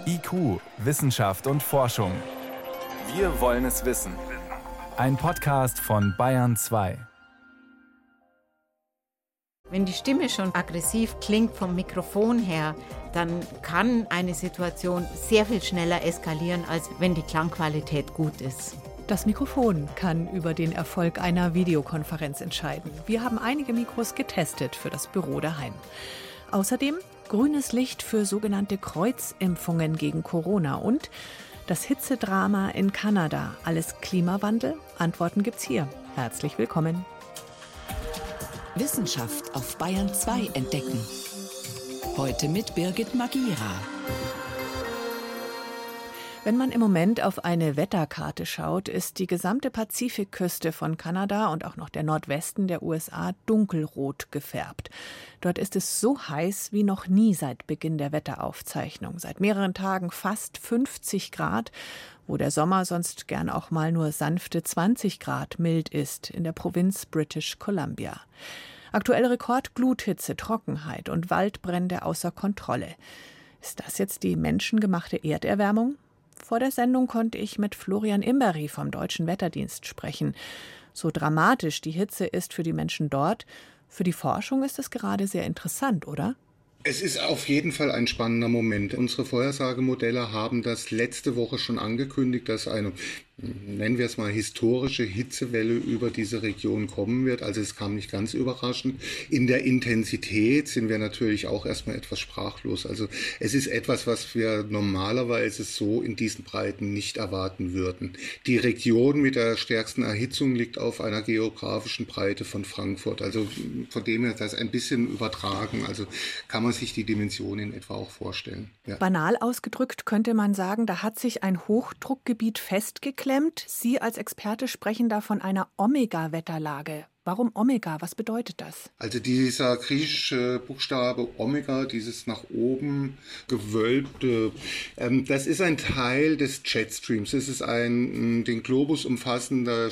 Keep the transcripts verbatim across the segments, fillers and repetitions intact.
I Q, Wissenschaft und Forschung. Wir wollen es wissen. Ein Podcast von Bayern zwei. Wenn die Stimme schon aggressiv klingt vom Mikrofon her, dann kann eine Situation sehr viel schneller eskalieren, als wenn die Klangqualität gut ist. Das Mikrofon kann über den Erfolg einer Videokonferenz entscheiden. Wir haben einige Mikros getestet für das Büro daheim. Außerdem grünes Licht für sogenannte Kreuzimpfungen gegen Corona und das Hitzedrama in Kanada. Alles Klimawandel? Antworten gibt's hier. Herzlich willkommen. Wissenschaft auf Bayern zwei entdecken. Heute mit Birgit Magira. Wenn man im Moment auf eine Wetterkarte schaut, ist die gesamte Pazifikküste von Kanada und auch noch der Nordwesten der U S A dunkelrot gefärbt. Dort ist es so heiß wie noch nie seit Beginn der Wetteraufzeichnung. Seit mehreren Tagen fast fünfzig Grad, wo der Sommer sonst gern auch mal nur sanfte zwanzig Grad mild ist, in der Provinz British Columbia. Aktuelle Rekordgluthitze, Trockenheit und Waldbrände außer Kontrolle. Ist das jetzt die menschengemachte Erderwärmung? Vor der Sendung konnte ich mit Florian Imbery vom Deutschen Wetterdienst sprechen. So dramatisch die Hitze ist für die Menschen dort, für die Forschung ist es gerade sehr interessant, oder? Es ist auf jeden Fall ein spannender Moment. Unsere Vorhersagemodelle haben das letzte Woche schon angekündigt, dass eine, nennen wir es mal, historische Hitzewelle über diese Region kommen wird. Also es kam nicht ganz überraschend. In der Intensität sind wir natürlich auch erstmal etwas sprachlos. Also es ist etwas, was wir normalerweise so in diesen Breiten nicht erwarten würden. Die Region mit der stärksten Erhitzung liegt auf einer geografischen Breite von Frankfurt. Also von dem her das ein bisschen übertragen. Also kann man sich die Dimension in etwa auch vorstellen. Ja. Banal ausgedrückt könnte man sagen, da hat sich ein Hochdruckgebiet festgeklemmt. Sie als Experte sprechen da von einer Omega-Wetterlage. Warum Omega? Was bedeutet das? Also dieser griechische Buchstabe Omega, dieses nach oben gewölbte, ähm, das ist ein Teil des Jetstreams. Es ist ein den Globus umfassender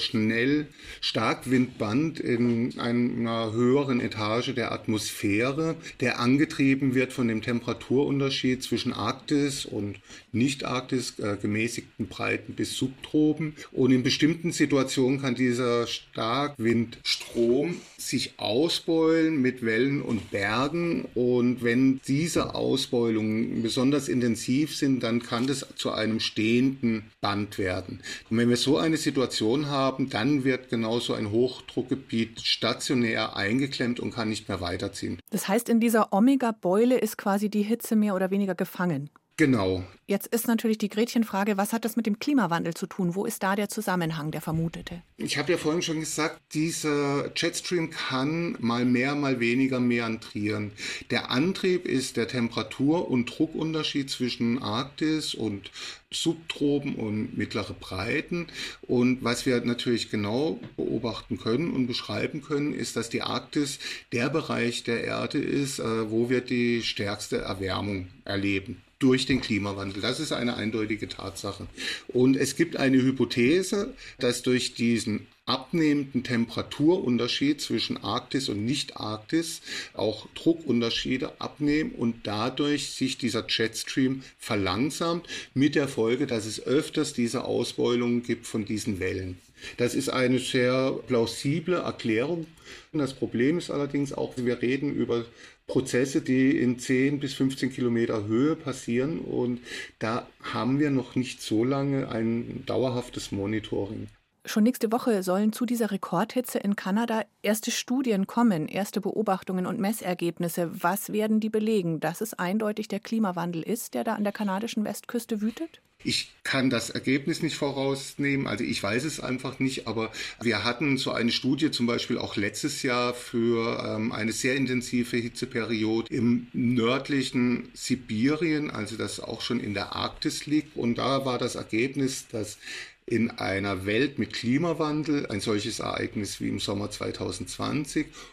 Schnell-Starkwindband in einer höheren Etage der Atmosphäre, der angetrieben wird von dem Temperaturunterschied zwischen Arktis und Nicht-Arktis, äh, gemäßigten Breiten bis Subtropen. Und in bestimmten Situationen kann dieser Starkwind Strom sich ausbeulen mit Wellen und Bergen, und wenn diese Ausbeulungen besonders intensiv sind, dann kann das zu einem stehenden Band werden. Und wenn wir so eine Situation haben, dann wird genauso ein Hochdruckgebiet stationär eingeklemmt und kann nicht mehr weiterziehen. Das heißt, in dieser Omega-Beule ist quasi die Hitze mehr oder weniger gefangen. Genau. Jetzt ist natürlich die Gretchenfrage, was hat das mit dem Klimawandel zu tun? Wo ist da der Zusammenhang, der vermutete? Ich habe ja vorhin schon gesagt, dieser Jetstream kann mal mehr, mal weniger meandrieren. Der Antrieb ist der Temperatur- und Druckunterschied zwischen Arktis und Subtropen und mittlere Breiten. Und was wir natürlich genau beobachten können und beschreiben können, ist, dass die Arktis der Bereich der Erde ist, wo wir die stärkste Erwärmung erleben. Durch den Klimawandel. Das ist eine eindeutige Tatsache. Und es gibt eine Hypothese, dass durch diesen abnehmenden Temperaturunterschied zwischen Arktis und Nicht-Arktis auch Druckunterschiede abnehmen und dadurch sich dieser Jetstream verlangsamt, mit der Folge, dass es öfters diese Ausbeulungen gibt von diesen Wellen. Das ist eine sehr plausible Erklärung. Das Problem ist allerdings auch, wir reden über Prozesse, die in zehn bis fünfzehn Kilometer Höhe passieren, und da haben wir noch nicht so lange ein dauerhaftes Monitoring. Schon nächste Woche sollen zu dieser Rekordhitze in Kanada erste Studien kommen, erste Beobachtungen und Messergebnisse. Was werden die belegen, dass es eindeutig der Klimawandel ist, der da an der kanadischen Westküste wütet? Ich kann das Ergebnis nicht vorausnehmen, also ich weiß es einfach nicht, aber wir hatten so eine Studie zum Beispiel auch letztes Jahr für ähm, eine sehr intensive Hitzeperiode im nördlichen Sibirien, also das auch schon in der Arktis liegt, und da war das Ergebnis, dass in einer Welt mit Klimawandel ein solches Ereignis wie im Sommer zwanzig zwanzig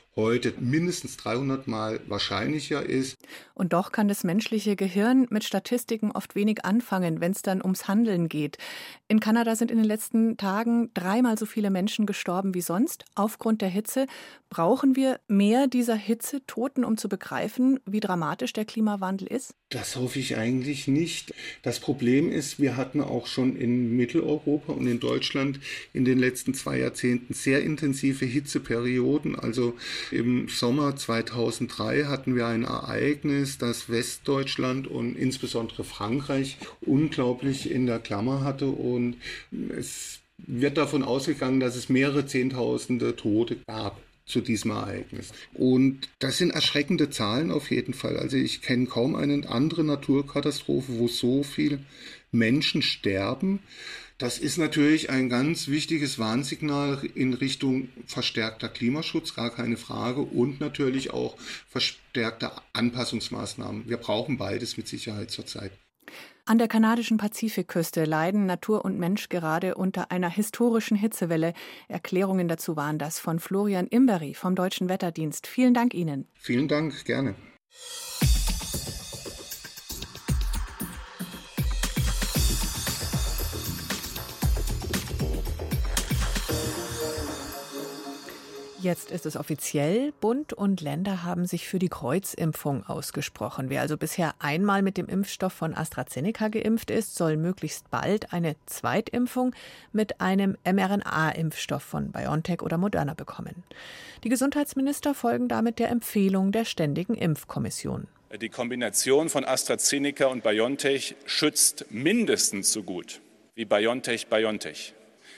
heute mindestens dreihundert Mal wahrscheinlicher ist. Und doch kann das menschliche Gehirn mit Statistiken oft wenig anfangen, wenn es dann ums Handeln geht. In Kanada sind in den letzten Tagen dreimal so viele Menschen gestorben wie sonst aufgrund der Hitze. Brauchen wir mehr dieser Hitzetoten, um zu begreifen, wie dramatisch der Klimawandel ist? Das hoffe ich eigentlich nicht. Das Problem ist, wir hatten auch schon in Mitteleuropa und in Deutschland in den letzten zwei Jahrzehnten sehr intensive Hitzeperioden. Also im Sommer zweitausenddrei hatten wir ein Ereignis, das Westdeutschland und insbesondere Frankreich unglaublich in der Klammer hatte, und es wird davon ausgegangen, dass es mehrere Zehntausende Tote gab zu diesem Ereignis. Und das sind erschreckende Zahlen auf jeden Fall. Also ich kenne kaum eine andere Naturkatastrophe, wo so viele Menschen sterben. Das ist natürlich ein ganz wichtiges Warnsignal in Richtung verstärkter Klimaschutz, gar keine Frage, und natürlich auch verstärkte Anpassungsmaßnahmen. Wir brauchen beides mit Sicherheit zurzeit. An der kanadischen Pazifikküste leiden Natur und Mensch gerade unter einer historischen Hitzewelle. Erklärungen dazu waren das von Florian Imbery vom Deutschen Wetterdienst. Vielen Dank Ihnen. Vielen Dank, gerne. Jetzt ist es offiziell. Bund und Länder haben sich für die Kreuzimpfung ausgesprochen. Wer also bisher einmal mit dem Impfstoff von AstraZeneca geimpft ist, soll möglichst bald eine Zweitimpfung mit einem mRNA-Impfstoff von BioNTech oder Moderna bekommen. Die Gesundheitsminister folgen damit der Empfehlung der Ständigen Impfkommission. Die Kombination von AstraZeneca und BioNTech schützt mindestens so gut wie BioNTech-BioNTech.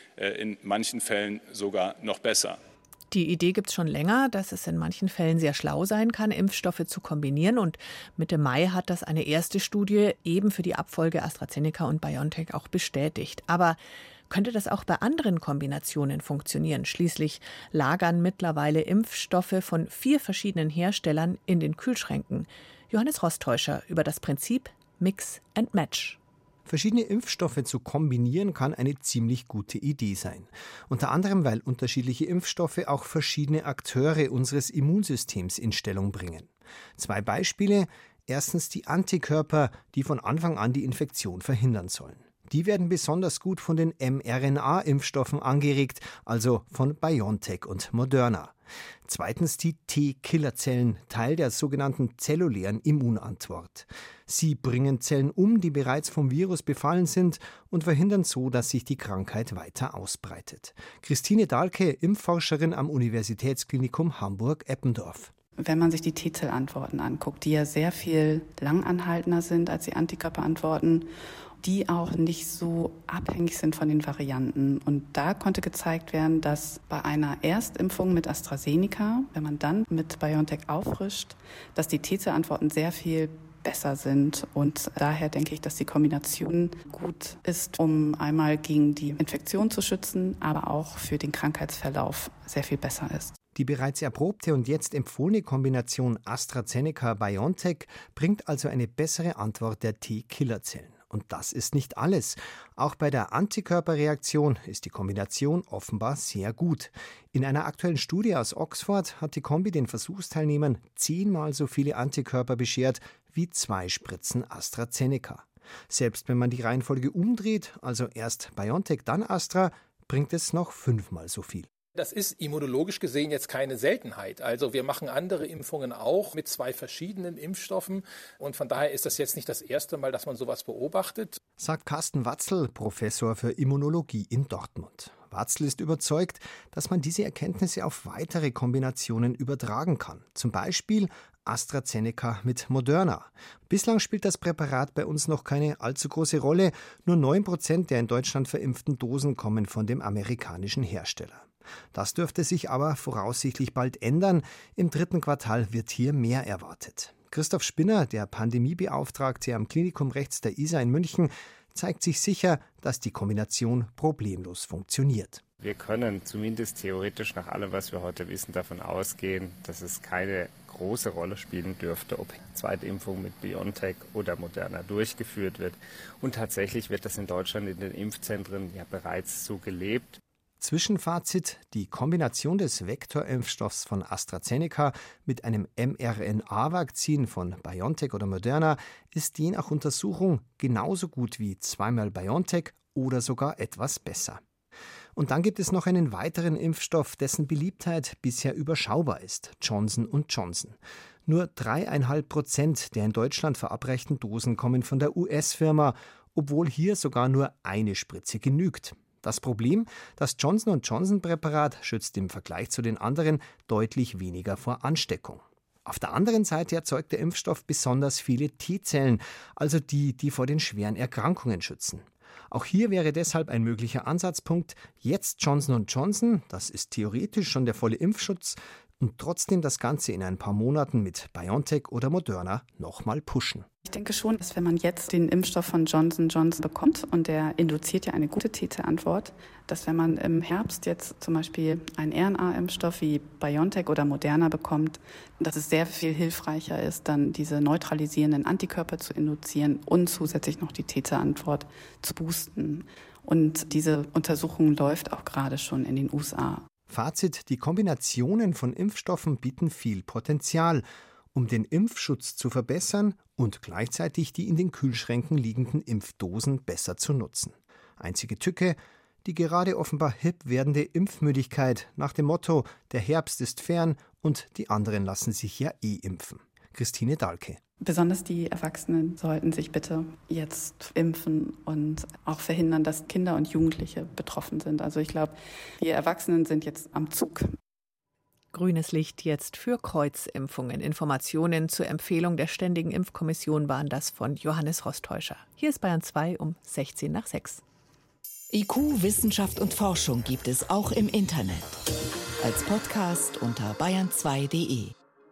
In manchen Fällen sogar noch besser. Die Idee gibt es schon länger, dass es in manchen Fällen sehr schlau sein kann, Impfstoffe zu kombinieren. Und Mitte Mai hat das eine erste Studie eben für die Abfolge AstraZeneca und BioNTech auch bestätigt. Aber könnte das auch bei anderen Kombinationen funktionieren? Schließlich lagern mittlerweile Impfstoffe von vier verschiedenen Herstellern in den Kühlschränken. Johannes Rostäuscher über das Prinzip Mix and Match. Verschiedene Impfstoffe zu kombinieren kann eine ziemlich gute Idee sein. Unter anderem, weil unterschiedliche Impfstoffe auch verschiedene Akteure unseres Immunsystems in Stellung bringen. Zwei Beispiele. Erstens die Antikörper, die von Anfang an die Infektion verhindern sollen. Die werden besonders gut von den mRNA-Impfstoffen angeregt, also von BioNTech und Moderna. Zweitens die T-Killerzellen, Teil der sogenannten zellulären Immunantwort. Sie bringen Zellen um, die bereits vom Virus befallen sind, und verhindern so, dass sich die Krankheit weiter ausbreitet. Christine Dahlke, Impfforscherin am Universitätsklinikum Hamburg-Eppendorf. Wenn man sich die T-Zellantworten anguckt, die ja sehr viel langanhaltender sind als die Antikörperantworten, die auch nicht so abhängig sind von den Varianten. Und da konnte gezeigt werden, dass bei einer Erstimpfung mit AstraZeneca, wenn man dann mit BioNTech auffrischt, dass die T-Zellantworten sehr viel besser sind. Und daher denke ich, dass die Kombination gut ist, um einmal gegen die Infektion zu schützen, aber auch für den Krankheitsverlauf sehr viel besser ist. Die bereits erprobte und jetzt empfohlene Kombination AstraZeneca-BioNTech bringt also eine bessere Antwort der T-Killerzellen. Und das ist nicht alles. Auch bei der Antikörperreaktion ist die Kombination offenbar sehr gut. In einer aktuellen Studie aus Oxford hat die Kombi den Versuchsteilnehmern zehnmal so viele Antikörper beschert wie zwei Spritzen AstraZeneca. Selbst wenn man die Reihenfolge umdreht, also erst BioNTech, dann Astra, bringt es noch fünfmal so viel. Das ist immunologisch gesehen jetzt keine Seltenheit. Also wir machen andere Impfungen auch mit zwei verschiedenen Impfstoffen. Und von daher ist das jetzt nicht das erste Mal, dass man sowas beobachtet. Sagt Carsten Watzl, Professor für Immunologie in Dortmund. Watzl ist überzeugt, dass man diese Erkenntnisse auf weitere Kombinationen übertragen kann. Zum Beispiel AstraZeneca mit Moderna. Bislang spielt das Präparat bei uns noch keine allzu große Rolle. Nur neun Prozent der in Deutschland verimpften Dosen kommen von dem amerikanischen Hersteller. Das dürfte sich aber voraussichtlich bald ändern. Im dritten Quartal wird hier mehr erwartet. Christoph Spinner, der Pandemiebeauftragte am Klinikum rechts der I S A in München, zeigt sich sicher, dass die Kombination problemlos funktioniert. Wir können zumindest theoretisch nach allem, was wir heute wissen, davon ausgehen, dass es keine große Rolle spielen dürfte, ob die zweite Impfung mit BioNTech oder Moderna durchgeführt wird. Und tatsächlich wird das in Deutschland in den Impfzentren ja bereits so gelebt. Zwischenfazit: Die Kombination des Vektorimpfstoffs von AstraZeneca mit einem mRNA-Vakzin von BioNTech oder Moderna ist je nach Untersuchung genauso gut wie zweimal BioNTech oder sogar etwas besser. Und dann gibt es noch einen weiteren Impfstoff, dessen Beliebtheit bisher überschaubar ist: Johnson und Johnson. Nur dreieinhalb Prozent der in Deutschland verabreichten Dosen kommen von der U S-Firma, obwohl hier sogar nur eine Spritze genügt. Das Problem: Das Johnson und Johnson-Präparat schützt im Vergleich zu den anderen deutlich weniger vor Ansteckung. Auf der anderen Seite erzeugt der Impfstoff besonders viele T-Zellen, also die, die vor den schweren Erkrankungen schützen. Auch hier wäre deshalb ein möglicher Ansatzpunkt, jetzt Johnson und Johnson, das ist theoretisch schon der volle Impfschutz, und trotzdem das Ganze in ein paar Monaten mit BioNTech oder Moderna nochmal pushen. Ich denke schon, dass wenn man jetzt den Impfstoff von Johnson und Johnson bekommt, und der induziert ja eine gute T-Zell-Antwort, dass wenn man im Herbst jetzt zum Beispiel einen R N A-Impfstoff wie BioNTech oder Moderna bekommt, dass es sehr viel hilfreicher ist, dann diese neutralisierenden Antikörper zu induzieren und zusätzlich noch die T-Zell-Antwort zu boosten. Und diese Untersuchung läuft auch gerade schon in den U S A. Fazit: Die Kombinationen von Impfstoffen bieten viel Potenzial, um den Impfschutz zu verbessern und gleichzeitig die in den Kühlschränken liegenden Impfdosen besser zu nutzen. Einzige Tücke: die gerade offenbar hip werdende Impfmüdigkeit nach dem Motto „Der Herbst ist fern und die anderen lassen sich ja eh impfen“. Christine Dahlke. Besonders die Erwachsenen sollten sich bitte jetzt impfen und auch verhindern, dass Kinder und Jugendliche betroffen sind. Also ich glaube, die Erwachsenen sind jetzt am Zug. Grünes Licht jetzt für Kreuzimpfungen. Informationen zur Empfehlung der Ständigen Impfkommission waren das von Johannes Rostäuscher. Hier ist Bayern zwei um sechzehn nach sechs. I Q, Wissenschaft und Forschung gibt es auch im Internet. Als Podcast unter bayern zwei punkt de.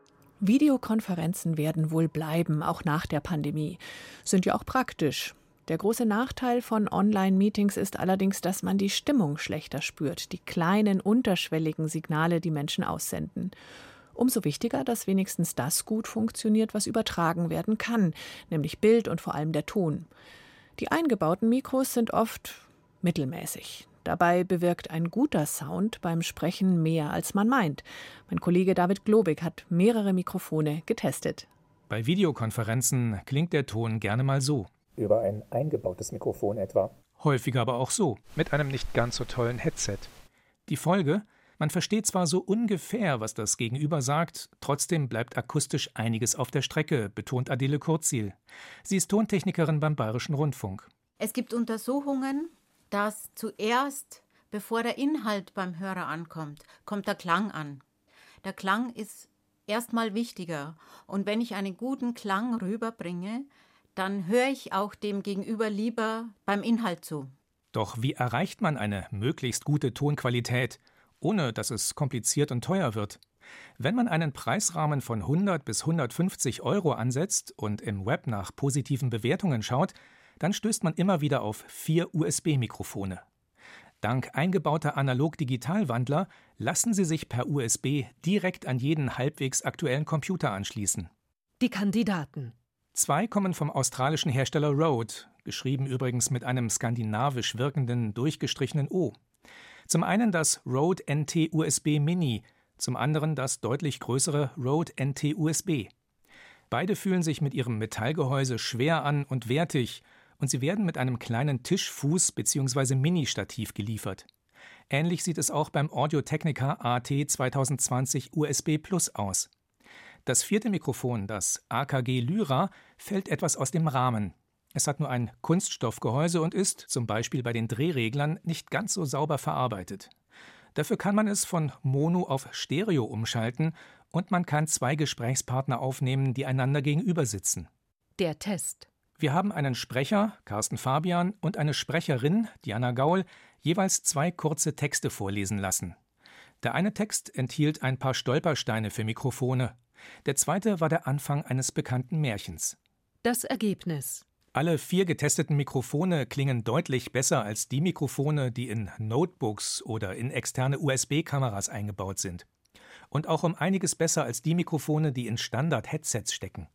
Videokonferenzen werden wohl bleiben, auch nach der Pandemie. Sind ja auch praktisch. Der große Nachteil von Online-Meetings ist allerdings, dass man die Stimmung schlechter spürt, die kleinen, unterschwelligen Signale, die Menschen aussenden. Umso wichtiger, dass wenigstens das gut funktioniert, was übertragen werden kann, nämlich Bild und vor allem der Ton. Die eingebauten Mikros sind oft mittelmäßig. Dabei bewirkt ein guter Sound beim Sprechen mehr, als man meint. Mein Kollege David Globig hat mehrere Mikrofone getestet. Bei Videokonferenzen klingt der Ton gerne mal so. Über ein eingebautes Mikrofon etwa. Häufiger aber auch so. Mit einem nicht ganz so tollen Headset. Die Folge: Man versteht zwar so ungefähr, was das Gegenüber sagt, trotzdem bleibt akustisch einiges auf der Strecke, betont Adele Kurzil. Sie ist Tontechnikerin beim Bayerischen Rundfunk. Es gibt Untersuchungen, dass zuerst, bevor der Inhalt beim Hörer ankommt, kommt der Klang an. Der Klang ist erstmal wichtiger. Und wenn ich einen guten Klang rüberbringe, dann höre ich auch dem Gegenüber lieber beim Inhalt zu. Doch wie erreicht man eine möglichst gute Tonqualität, ohne dass es kompliziert und teuer wird? Wenn man einen Preisrahmen von hundert bis hundertfünfzig Euro ansetzt und im Web nach positiven Bewertungen schaut, dann stößt man immer wieder auf vier U S B-Mikrofone. Dank eingebauter Analog-Digital-Wandler lassen sie sich per U S B direkt an jeden halbwegs aktuellen Computer anschließen. Die Kandidaten. Zwei kommen vom australischen Hersteller Rode, geschrieben übrigens mit einem skandinavisch wirkenden, durchgestrichenen O. Zum einen das Rode N T U S B Mini, zum anderen das deutlich größere Rode N T U S B. Beide fühlen sich mit ihrem Metallgehäuse schwer an und wertig, und sie werden mit einem kleinen Tischfuß bzw. Mini-Stativ geliefert. Ähnlich sieht es auch beim Audio-Technica A T zwanzig zwanzig U S B Plus aus. Das vierte Mikrofon, das A K G Lyra, fällt etwas aus dem Rahmen. Es hat nur ein Kunststoffgehäuse und ist, zum Beispiel bei den Drehreglern, nicht ganz so sauber verarbeitet. Dafür kann man es von Mono auf Stereo umschalten und man kann zwei Gesprächspartner aufnehmen, die einander gegenüber sitzen. Der Test. Wir haben einen Sprecher, Carsten Fabian, und eine Sprecherin, Diana Gaul, jeweils zwei kurze Texte vorlesen lassen. Der eine Text enthielt ein paar Stolpersteine für Mikrofone. Der zweite war der Anfang eines bekannten Märchens. Das Ergebnis. Alle vier getesteten Mikrofone klingen deutlich besser als die Mikrofone, die in Notebooks oder in externe U S B-Kameras eingebaut sind. Und auch um einiges besser als die Mikrofone, die in Standard-Headsets stecken.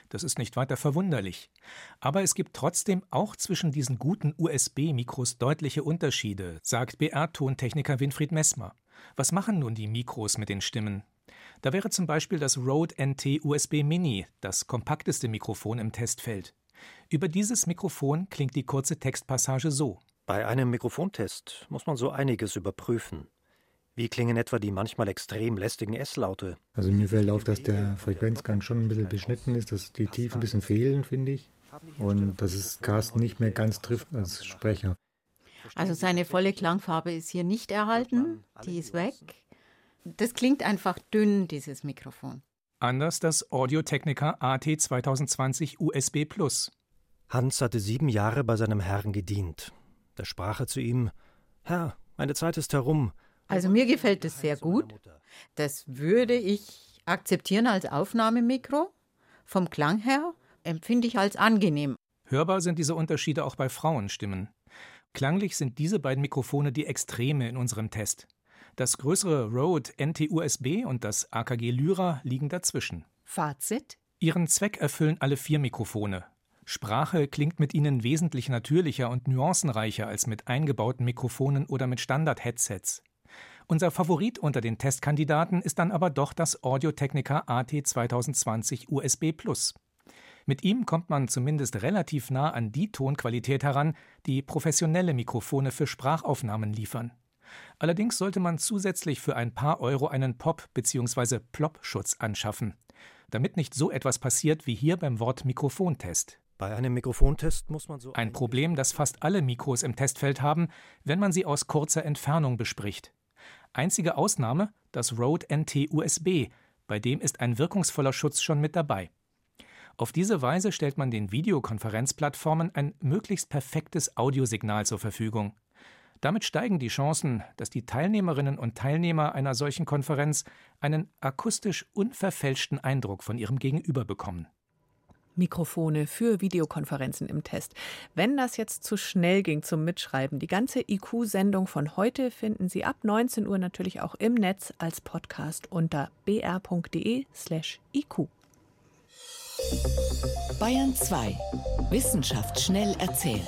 Das ist nicht weiter verwunderlich. Aber es gibt trotzdem auch zwischen diesen guten U S B-Mikros deutliche Unterschiede, sagt B R-Tontechniker Winfried Messmer. Was machen nun die Mikros mit den Stimmen? Da wäre zum Beispiel das Rode N T U S B Mini das kompakteste Mikrofon im Testfeld. Über dieses Mikrofon klingt die kurze Textpassage so. Bei einem Mikrofontest muss man so einiges überprüfen. Wie klingen etwa die manchmal extrem lästigen S-Laute? Also mir fällt auf, dass der Frequenzgang schon ein bisschen beschnitten ist, dass die Tiefen ein bisschen fehlen, finde ich. Und dass es Carsten nicht mehr ganz trifft als Sprecher. Also seine volle Klangfarbe ist hier nicht erhalten, die ist weg. Das klingt einfach dünn, dieses Mikrofon. Anders das Audio-Technica A T zwanzig zwanzig U S B Plus. Hans hatte sieben Jahre bei seinem Herrn gedient. Da sprach er zu ihm: Herr, meine Zeit ist herum. Also mir gefällt das sehr gut. Das würde ich akzeptieren als Aufnahmemikro. Vom Klang her empfinde ich als angenehm. Hörbar sind diese Unterschiede auch bei Frauenstimmen. Klanglich sind diese beiden Mikrofone die Extreme in unserem Test. Das größere Rode N T U S B und das A K G Lyra liegen dazwischen. Fazit? Ihren Zweck erfüllen alle vier Mikrofone. Sprache klingt mit ihnen wesentlich natürlicher und nuancenreicher als mit eingebauten Mikrofonen oder mit Standard-Headsets. Unser Favorit unter den Testkandidaten ist dann aber doch das Audio-Technica A T zwanzig zwanzig U S B Plus. Mit ihm kommt man zumindest relativ nah an die Tonqualität heran, die professionelle Mikrofone für Sprachaufnahmen liefern. Allerdings sollte man zusätzlich für ein paar Euro einen Pop- bzw. Plop-Schutz anschaffen, damit nicht so etwas passiert wie hier beim Wort Mikrofontest. Bei einem Mikrofontest muss man so... Ein Problem, das fast alle Mikros im Testfeld haben, wenn man sie aus kurzer Entfernung bespricht. Einzige Ausnahme, das Rode N T U S B, bei dem ist ein wirkungsvoller Schutz schon mit dabei. Auf diese Weise stellt man den Videokonferenzplattformen ein möglichst perfektes Audiosignal zur Verfügung. Damit steigen die Chancen, dass die Teilnehmerinnen und Teilnehmer einer solchen Konferenz einen akustisch unverfälschten Eindruck von ihrem Gegenüber bekommen. Mikrofone für Videokonferenzen im Test. Wenn das jetzt zu schnell ging zum Mitschreiben, die ganze I Q-Sendung von heute finden Sie ab neunzehn Uhr natürlich auch im Netz als Podcast unter b r punkt d e slash I Q. Bayern zwei. Wissenschaft schnell erzählt.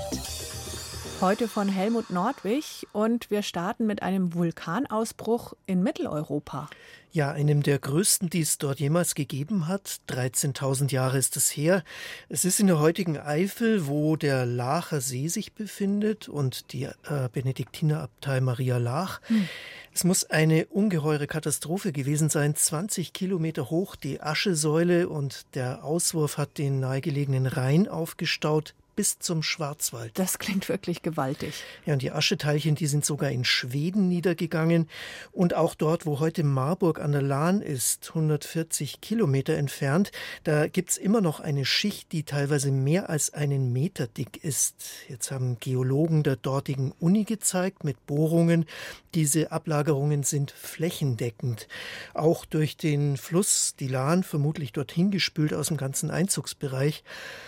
Heute von Helmut Nordwig und wir starten mit einem Vulkanausbruch in Mitteleuropa. Ja, einem der größten, die es dort jemals gegeben hat. dreizehntausend Jahre ist es her. Es ist in der heutigen Eifel, wo der Laacher See sich befindet und die äh, Benediktinerabtei Maria Laach. Hm. Es muss eine ungeheure Katastrophe gewesen sein. zwanzig Kilometer hoch die Aschesäule und der Auswurf hat den nahegelegenen Rhein aufgestaut bis zum Schwarzwald. Das klingt wirklich gewaltig. Ja, und die Ascheteilchen, die sind sogar in Schweden niedergegangen. Und auch dort, wo heute Marburg an der Lahn ist, hundertvierzig Kilometer entfernt, da gibt's immer noch eine Schicht, die teilweise mehr als einen Meter dick ist. Jetzt haben Geologen der dortigen Uni gezeigt, mit Bohrungen, diese Ablagerungen sind flächendeckend. Auch durch den Fluss, die Lahn, vermutlich dorthin gespült aus dem ganzen Einzugsbereich.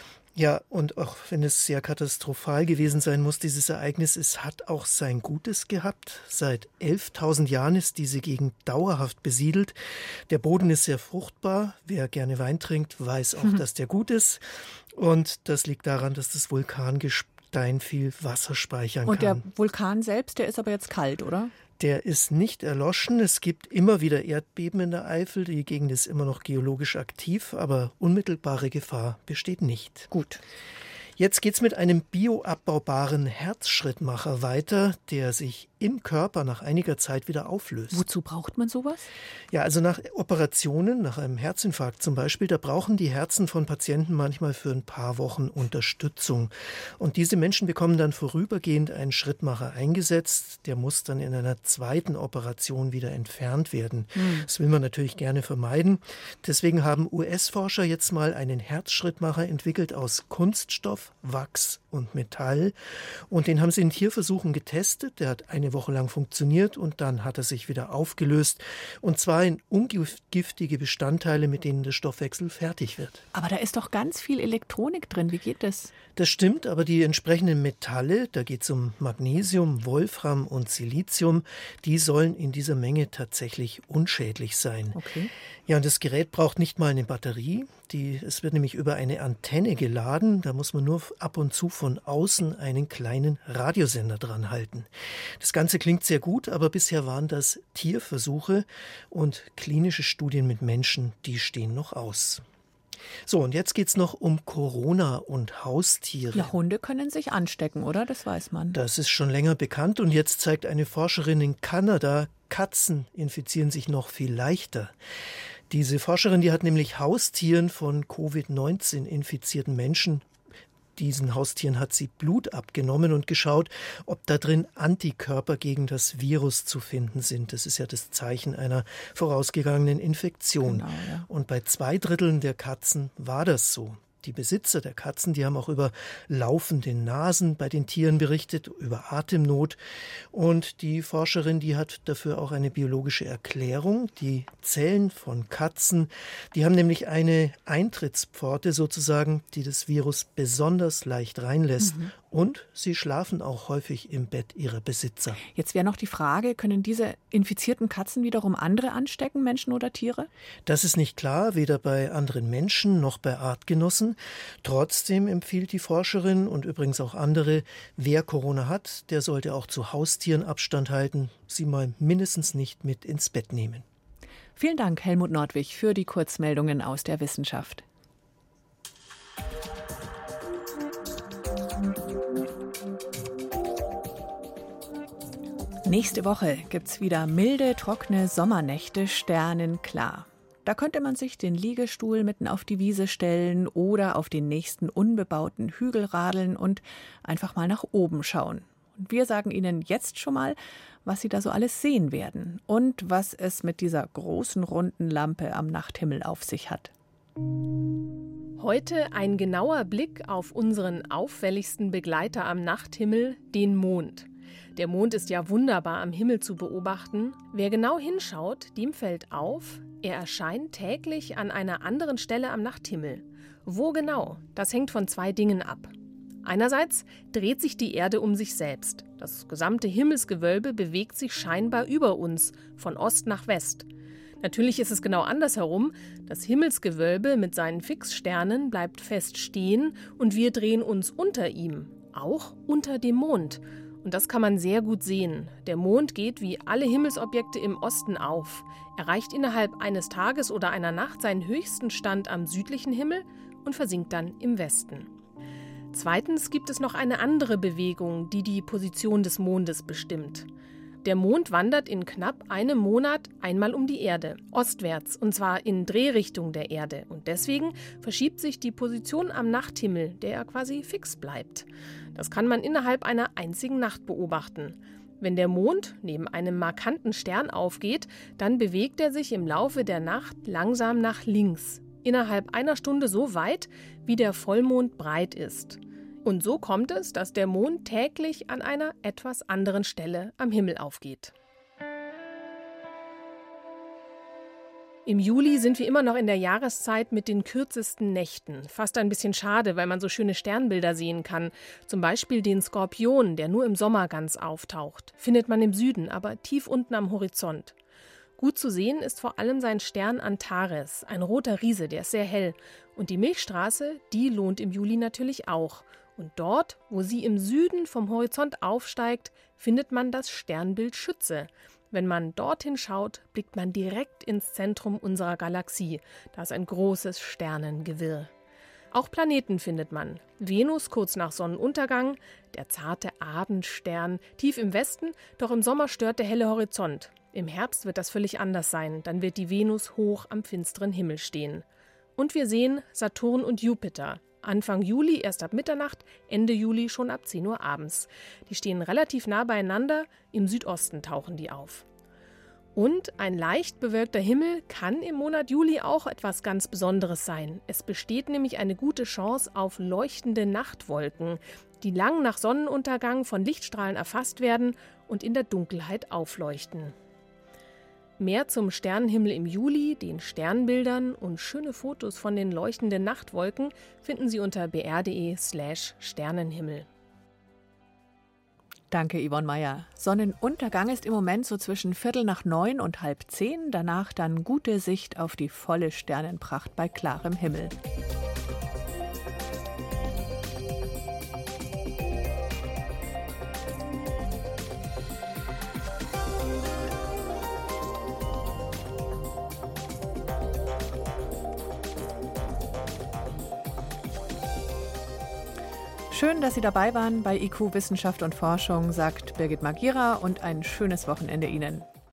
Ja, und auch wenn es sehr katastrophal gewesen sein muss, dieses Ereignis, es hat auch sein Gutes gehabt. Seit elftausend Jahren ist diese Gegend dauerhaft besiedelt. Der Boden ist sehr fruchtbar. Wer gerne Wein trinkt, weiß auch, mhm. dass der gut ist. Und das liegt daran, dass das Vulkangestein viel Wasser speichern und kann. Und der Vulkan selbst, der ist aber jetzt kalt, oder? Der ist nicht erloschen. Es gibt immer wieder Erdbeben in der Eifel. Die Gegend ist immer noch geologisch aktiv, aber unmittelbare Gefahr besteht nicht. Gut. Jetzt geht's mit einem bioabbaubaren Herzschrittmacher weiter, der sich im Körper nach einiger Zeit wieder auflöst. Wozu braucht man sowas? Ja, also nach Operationen, nach einem Herzinfarkt zum Beispiel, da brauchen die Herzen von Patienten manchmal für ein paar Wochen Unterstützung. Und diese Menschen bekommen dann vorübergehend einen Schrittmacher eingesetzt. Der muss dann in einer zweiten Operation wieder entfernt werden. Hm. Das will man natürlich gerne vermeiden. Deswegen haben U S-Forscher jetzt mal einen Herzschrittmacher entwickelt aus Kunststoff, Wachs und Metall. Und den haben sie in Tierversuchen getestet. Der hat eine eine Woche lang funktioniert und dann hat er sich wieder aufgelöst. Und zwar in ungiftige Bestandteile, mit denen der Stoffwechsel fertig wird. Aber da ist doch ganz viel Elektronik drin. Wie geht das? Das stimmt, aber die entsprechenden Metalle, da geht es um Magnesium, Wolfram und Silizium, die sollen in dieser Menge tatsächlich unschädlich sein. Okay. Ja, und das Gerät braucht nicht mal eine Batterie. Die, es wird nämlich über eine Antenne geladen. Da muss man nur ab und zu von außen einen kleinen Radiosender dran halten. Das Ganze klingt sehr gut, aber bisher waren das Tierversuche und klinische Studien mit Menschen, die stehen noch aus. So, und jetzt geht's noch um Corona und Haustiere. Ja, Hunde können sich anstecken, oder? Das weiß man. Das ist schon länger bekannt und jetzt zeigt eine Forscherin in Kanada, Katzen infizieren sich noch viel leichter. Diese Forscherin, die hat nämlich Haustieren von Covid neunzehn infizierten Menschen, diesen Haustieren hat sie Blut abgenommen und geschaut, ob da drin Antikörper gegen das Virus zu finden sind. Das ist ja das Zeichen einer vorausgegangenen Infektion. Genau, ja. Und bei zwei Dritteln der Katzen war das so. Die Besitzer der Katzen, die haben auch über laufende Nasen bei den Tieren berichtet, über Atemnot. Und die Forscherin, die hat dafür auch eine biologische Erklärung. Die Zellen von Katzen, die haben nämlich eine Eintrittspforte sozusagen, die das Virus besonders leicht reinlässt. Mhm. Und sie schlafen auch häufig im Bett ihrer Besitzer. Jetzt wäre noch die Frage, können diese infizierten Katzen wiederum andere anstecken, Menschen oder Tiere? Das ist nicht klar, weder bei anderen Menschen noch bei Artgenossen. Trotzdem empfiehlt die Forscherin und übrigens auch andere, wer Corona hat, der sollte auch zu Haustieren Abstand halten, sie mal mindestens nicht mit ins Bett nehmen. Vielen Dank, Helmut Nordwig, für die Kurzmeldungen aus der Wissenschaft. Nächste Woche gibt's wieder milde, trockene Sommernächte, sternenklar. Da könnte man sich den Liegestuhl mitten auf die Wiese stellen oder auf den nächsten unbebauten Hügel radeln und einfach mal nach oben schauen. Und wir sagen Ihnen jetzt schon mal, was Sie da so alles sehen werden und was es mit dieser großen runden Lampe am Nachthimmel auf sich hat. Heute ein genauer Blick auf unseren auffälligsten Begleiter am Nachthimmel, den Mond. Der Mond ist ja wunderbar am Himmel zu beobachten. Wer genau hinschaut, dem fällt auf, er erscheint täglich an einer anderen Stelle am Nachthimmel. Wo genau? Das hängt von zwei Dingen ab. Einerseits dreht sich die Erde um sich selbst. Das gesamte Himmelsgewölbe bewegt sich scheinbar über uns, von Ost nach West. Natürlich ist es genau andersherum. Das Himmelsgewölbe mit seinen Fixsternen bleibt fest stehen und wir drehen uns unter ihm, auch unter dem Mond. Und das kann man sehr gut sehen. Der Mond geht wie alle Himmelsobjekte im Osten auf, erreicht innerhalb eines Tages oder einer Nacht seinen höchsten Stand am südlichen Himmel und versinkt dann im Westen. Zweitens gibt es noch eine andere Bewegung, die die Position des Mondes bestimmt. Der Mond wandert in knapp einem Monat einmal um die Erde, ostwärts, und zwar in Drehrichtung der Erde. Und deswegen verschiebt sich die Position am Nachthimmel, der quasi fix bleibt. Das kann man innerhalb einer einzigen Nacht beobachten. Wenn der Mond neben einem markanten Stern aufgeht, dann bewegt er sich im Laufe der Nacht langsam nach links, innerhalb einer Stunde so weit, wie der Vollmond breit ist. Und so kommt es, dass der Mond täglich an einer etwas anderen Stelle am Himmel aufgeht. Im Juli sind wir immer noch in der Jahreszeit mit den kürzesten Nächten. Fast ein bisschen schade, weil man so schöne Sternbilder sehen kann. Zum Beispiel den Skorpion, der nur im Sommer ganz auftaucht. Findet man im Süden, aber tief unten am Horizont. Gut zu sehen ist vor allem sein Stern Antares, ein roter Riese, der ist sehr hell. Und die Milchstraße, die lohnt im Juli natürlich auch. Und dort, wo sie im Süden vom Horizont aufsteigt, findet man das Sternbild Schütze. Wenn man dorthin schaut, blickt man direkt ins Zentrum unserer Galaxie. Da ist ein großes Sternengewirr. Auch Planeten findet man. Venus kurz nach Sonnenuntergang, der zarte Abendstern tief im Westen, doch im Sommer stört der helle Horizont. Im Herbst wird das völlig anders sein, dann wird die Venus hoch am finsteren Himmel stehen. Und wir sehen Saturn und Jupiter. Anfang Juli erst ab Mitternacht, Ende Juli schon ab zehn Uhr abends. Die stehen relativ nah beieinander, im Südosten tauchen die auf. Und ein leicht bewölkter Himmel kann im Monat Juli auch etwas ganz Besonderes sein. Es besteht nämlich eine gute Chance auf leuchtende Nachtwolken. die lang nach Sonnenuntergang von Lichtstrahlen erfasst werden und in der Dunkelheit aufleuchten. Mehr zum Sternenhimmel im Juli, den Sternbildern und schöne Fotos von den leuchtenden Nachtwolken finden Sie unter b r punkt d e slash Sternenhimmel. Danke, Yvonne Meyer. Sonnenuntergang ist im Moment so zwischen Viertel nach neun und halb zehn. Danach dann gute Sicht auf die volle Sternenpracht bei klarem Himmel. Schön, dass Sie dabei waren bei I Q Wissenschaft und Forschung, sagt Birgit Magira, und ein schönes Wochenende Ihnen.